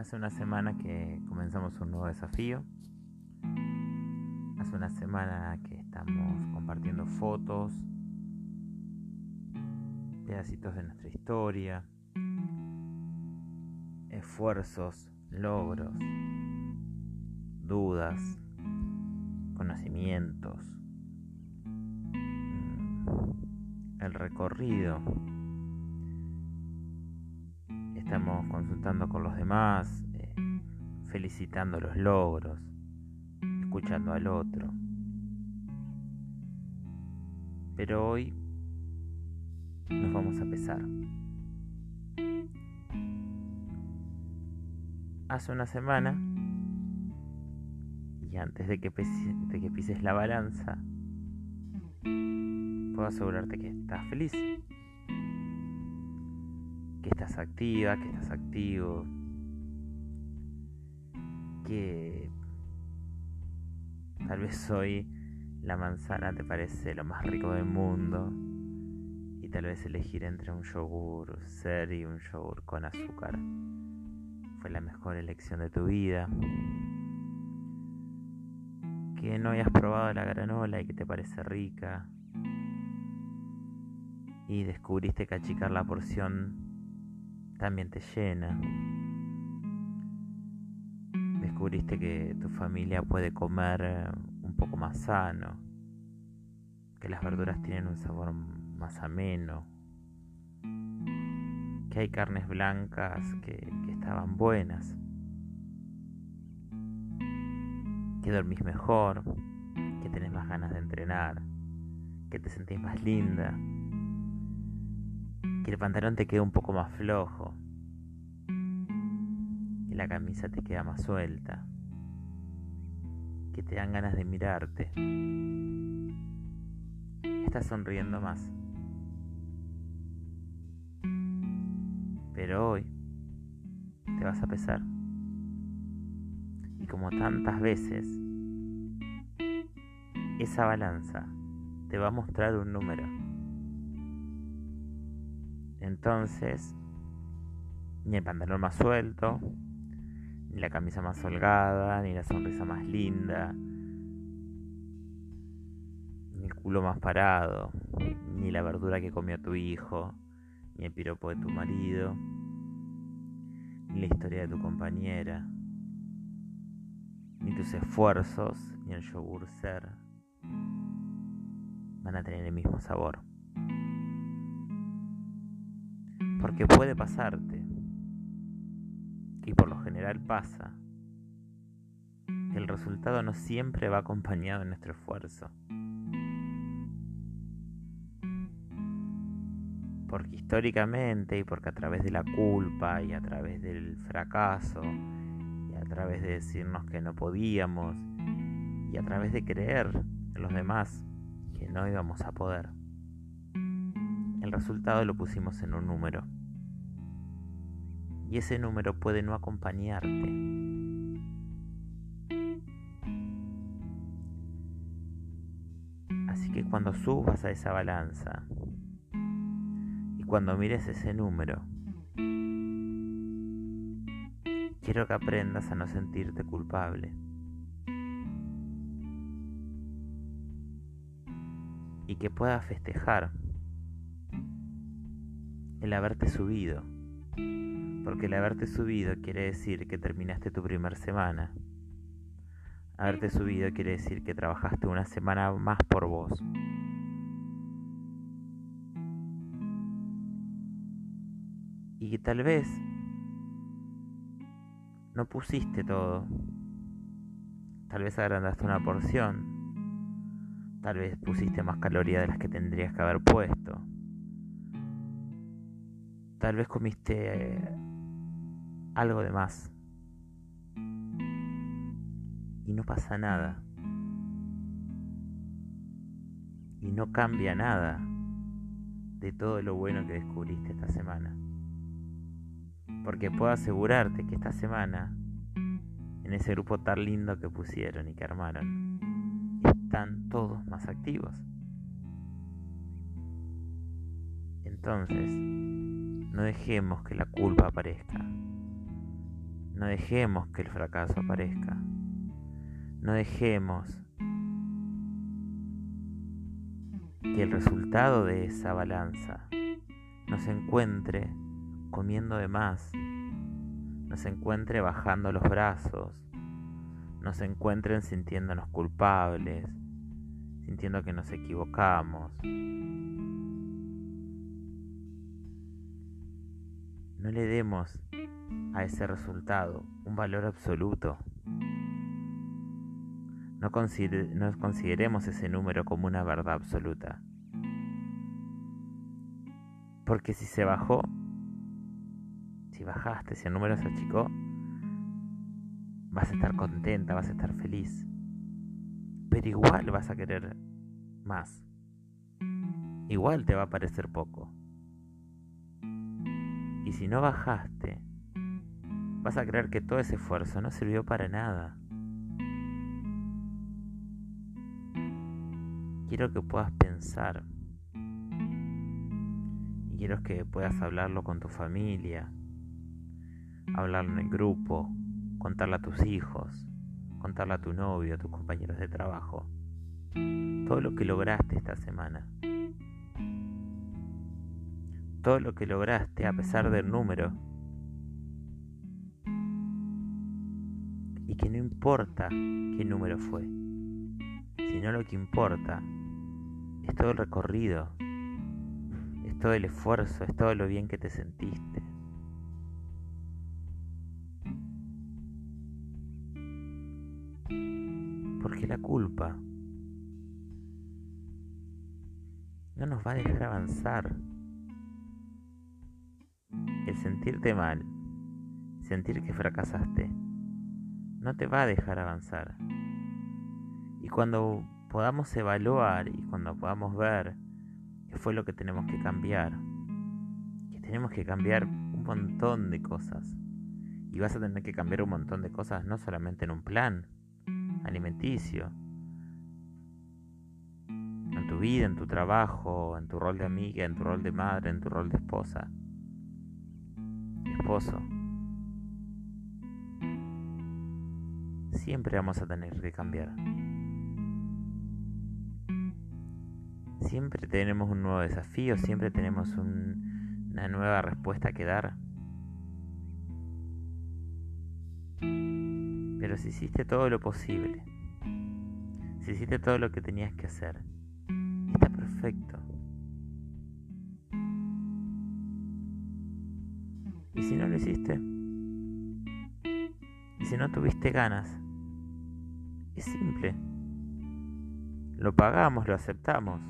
Hace una semana que comenzamos un nuevo desafío. Hace una semana que estamos compartiendo fotos, pedacitos de nuestra historia, esfuerzos, logros, dudas, conocimientos, el recorrido. Estamos consultando con los demás, felicitando los logros, escuchando al otro. Pero hoy nos vamos a pesar. Hace una semana, y antes de que pises la balanza, puedo asegurarte que estás feliz, que estás activa, que estás activo, que tal vez hoy la manzana te parece lo más rico del mundo y tal vez elegir entre un yogur ser y un yogur con azúcar fue la mejor elección de tu vida, que no hayas probado la granola y que te parece rica y descubriste que achicar la porción también te llena. Descubriste que tu familia puede comer un poco más sano, que las verduras tienen un sabor más ameno, que hay carnes blancas que estaban buenas, que dormís mejor, que tenés más ganas de entrenar, que te sentís más linda, que el pantalón te queda un poco más flojo, que la camisa te queda más suelta, que te dan ganas de mirarte, que estás sonriendo más. Pero hoy te vas a pesar. Y como tantas veces, esa balanza te va a mostrar un número. Entonces, ni el pantalón más suelto, ni la camisa más holgada, ni la sonrisa más linda, ni el culo más parado, ni la verdura que comió tu hijo, ni el piropo de tu marido, ni la historia de tu compañera, ni tus esfuerzos, ni el yogur ser van a tener el mismo sabor. Porque puede pasarte, y por lo general pasa, que el resultado no siempre va acompañado de nuestro esfuerzo. Porque históricamente, y porque a través de la culpa, y a través del fracaso, y a través de decirnos que no podíamos, y a través de creer en los demás que no íbamos a poder, el resultado lo pusimos en un número. Y ese número puede no acompañarte. Así que cuando subas a esa balanza y cuando mires ese número, quiero que aprendas a no sentirte culpable. Y que puedas festejar el haberte subido. Porque el haberte subido quiere decir que terminaste tu primera semana. Haberte subido quiere decir que trabajaste una semana más por vos. Y que tal vez no pusiste todo. Tal vez agrandaste una porción. Tal vez pusiste más calorías de las que tendrías que haber puesto. Tal vez comiste algo de más. Y no pasa nada. Y no cambia nada de todo lo bueno que descubriste esta semana. Porque puedo asegurarte que esta semana, en ese grupo tan lindo que pusieron y que armaron, están todos más activos. Entonces, no dejemos que la culpa aparezca. No dejemos que el fracaso aparezca. No dejemos que el resultado de esa balanza nos encuentre comiendo de más, nos encuentre bajando los brazos, nos encuentren sintiéndonos culpables, sintiendo que nos equivocamos. No le demos a ese resultado un valor absoluto. No consideremos ese número como una verdad absoluta. Porque si se bajó, si bajaste, si el número se achicó, vas a estar contenta, vas a estar feliz. Pero igual vas a querer más. Igual te va a parecer poco. Y si no bajaste, vas a creer que todo ese esfuerzo no sirvió para nada. Quiero que puedas pensar. Y quiero que puedas hablarlo con tu familia, hablarlo en el grupo, contarle a tus hijos, contarle a tu novio, a tus compañeros de trabajo. Todo lo que lograste esta semana. Todo lo que lograste a pesar del número. Y que no importa qué número fue, sino lo que importa es todo el recorrido, es todo el esfuerzo, es todo lo bien que te sentiste. Porque la culpa no nos va a dejar avanzar. El sentirte mal, sentir que fracasaste, no te va a dejar avanzar. Y cuando podamos evaluar y cuando podamos ver qué fue lo que tenemos que cambiar un montón de cosas. Y vas a tener que cambiar un montón de cosas no solamente en un plan alimenticio, en tu vida, en tu trabajo, en tu rol de amiga, en tu rol de madre, en tu rol de esposa, de esposo. Siempre vamos a tener que cambiar. Siempre tenemos un nuevo desafío, siempre tenemos una nueva respuesta que dar. Pero si hiciste todo lo posible, si hiciste todo lo que tenías que hacer, está perfecto. ¿Y si no lo hiciste? ¿Y si no tuviste ganas? Es simple. Lo pagamos, lo aceptamos.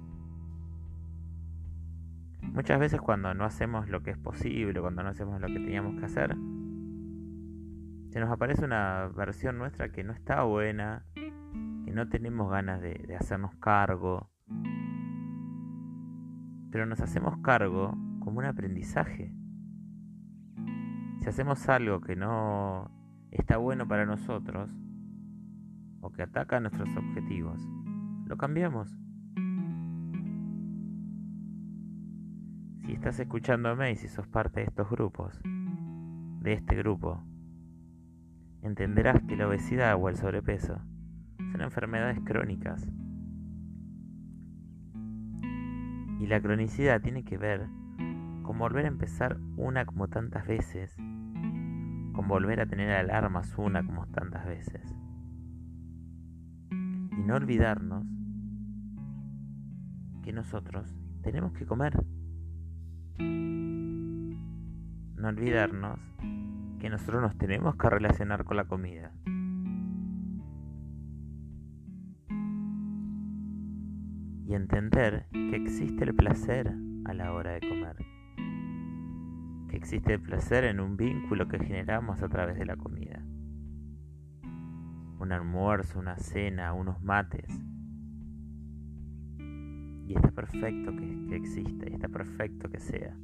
Muchas veces cuando no hacemos lo que es posible, cuando no hacemos lo que teníamos que hacer, se nos aparece una versión nuestra que no está buena, que no tenemos ganas de hacernos cargo. Pero nos hacemos cargo como un aprendizaje. Si hacemos algo que no está bueno para nosotros, o que ataca nuestros objetivos, lo cambiamos. Si estás escuchándome y si sos parte de estos grupos, de este grupo, entenderás que la obesidad o el sobrepeso son enfermedades crónicas. Y la cronicidad tiene que ver con volver a empezar una como tantas veces, con volver a tener alarmas una como tantas veces. Y no olvidarnos que nosotros tenemos que comer. No olvidarnos que nosotros nos tenemos que relacionar con la comida. Y entender que existe el placer a la hora de comer. Que existe el placer en un vínculo que generamos a través de la comida. Un almuerzo, una cena, unos mates. Y está perfecto que exista, y está perfecto que sea.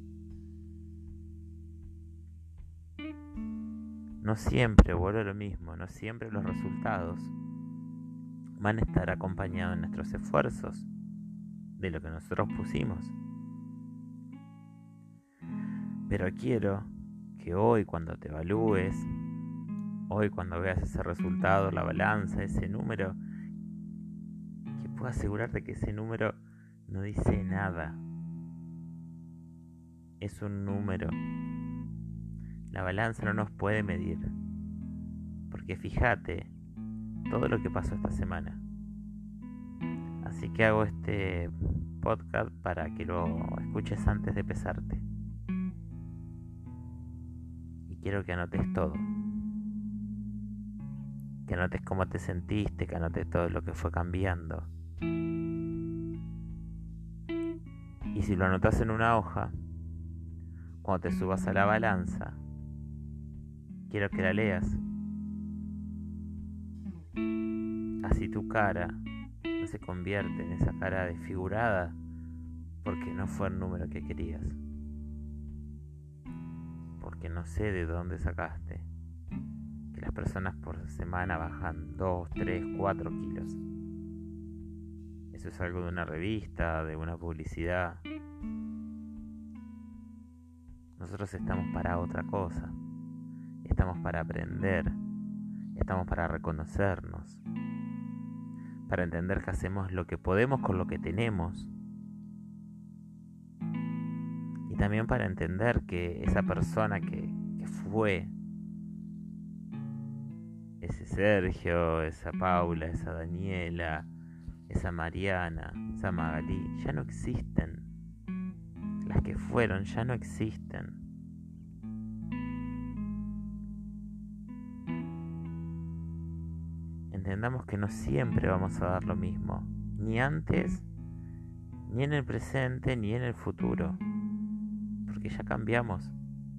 No siempre, vuelvo a lo mismo, no siempre los resultados van a estar acompañados de nuestros esfuerzos, de lo que nosotros pusimos. Pero quiero que hoy, cuando te evalúes, hoy cuando veas ese resultado, la balanza, ese número, que puedo asegurarte que ese número no dice nada. Es un número. La balanza no nos puede medir. Porque fíjate todo lo que pasó esta semana. Así que hago este podcast para que lo escuches antes de pesarte. Y quiero que anotes todo. Que anotes cómo te sentiste, que anotes todo lo que fue cambiando. Y si lo anotas en una hoja, cuando te subas a la balanza, quiero que la leas. Así tu cara no se convierte en esa cara desfigurada porque no fue el número que querías. Porque no sé de dónde sacaste que las personas por semana bajan 2, 3, 4 kilos. Eso es algo de una revista, de una publicidad. Nosotros estamos para otra cosa. Estamos para aprender. Estamos para reconocernos. Para entender que hacemos lo que podemos con lo que tenemos. Y también para entender que esa persona que fue, ese Sergio, esa Paula, esa Daniela, esa Mariana, esa Magalí, ya no existen. Las que fueron ya no existen. Entendamos que no siempre vamos a dar lo mismo, ni antes, ni en el presente, ni en el futuro, porque ya cambiamos.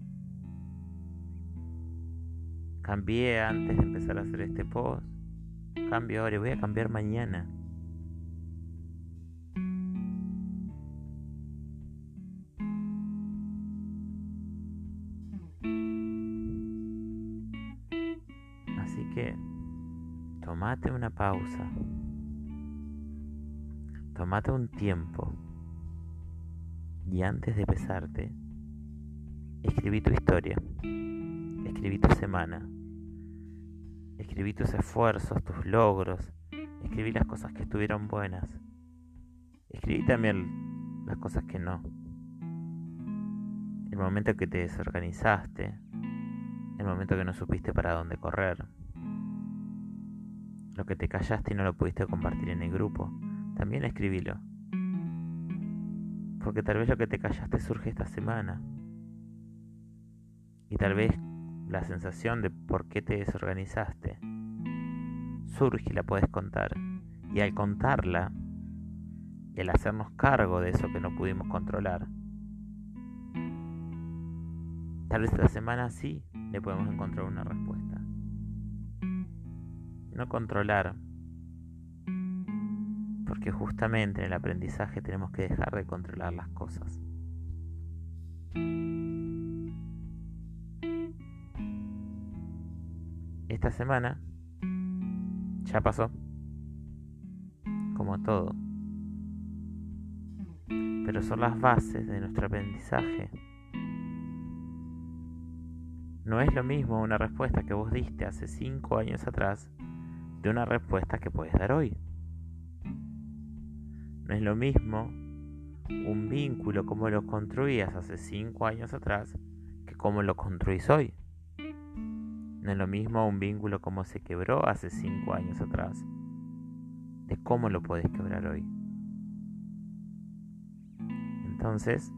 Cambié antes de empezar a hacer este post, cambio ahora y voy a cambiar mañana. Así que tomate una pausa, tomate un tiempo y antes de pesarte, escribí tu historia, escribí tu semana, escribí tus esfuerzos, tus logros, escribí las cosas que estuvieron buenas, escribí también las cosas que no, el momento que te desorganizaste, el momento que no supiste para dónde correr, lo que te callaste y no lo pudiste compartir en el grupo, también escribilo. Porque tal vez lo que te callaste surge esta semana. Y tal vez la sensación de por qué te desorganizaste surge y la puedes contar. Y al contarla, y al hacernos cargo de eso que no pudimos controlar, tal vez esta semana sí le podemos encontrar una respuesta. No controlar, porque justamente en el aprendizaje tenemos que dejar de controlar las cosas. Esta semana ya pasó, como todo, pero son las bases de nuestro aprendizaje. No es lo mismo una respuesta que vos diste hace 5 años atrás de una respuesta que puedes dar hoy. No es lo mismo un vínculo como lo construías hace 5 años atrás que como lo construís hoy. No es lo mismo un vínculo como se quebró hace 5 años atrás de cómo lo podés quebrar hoy. Entonces,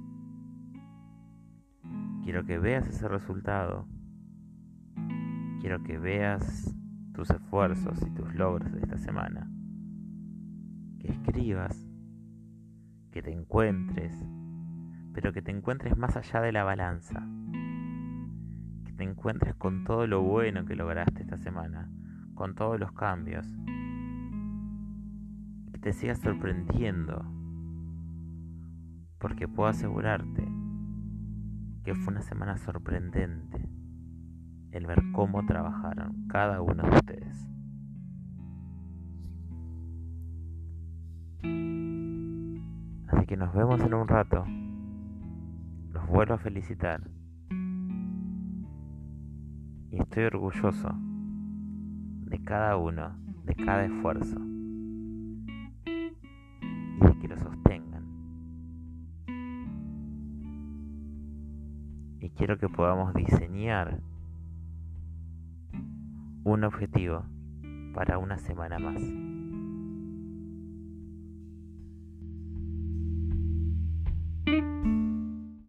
quiero que veas ese resultado. Quiero que veas tus esfuerzos y tus logros de esta semana. Que escribas, que te encuentres, pero que te encuentres más allá de la balanza. Que te encuentres con todo lo bueno que lograste esta semana, con todos los cambios. Que te sigas sorprendiendo, porque puedo asegurarte que fue una semana sorprendente el ver cómo trabajaron cada uno de ustedes. Así que nos vemos en un rato. Los vuelvo a felicitar. Y estoy orgulloso de cada uno, de cada esfuerzo, y de que lo sostengan. Y quiero que podamos diseñar un objetivo para una semana más.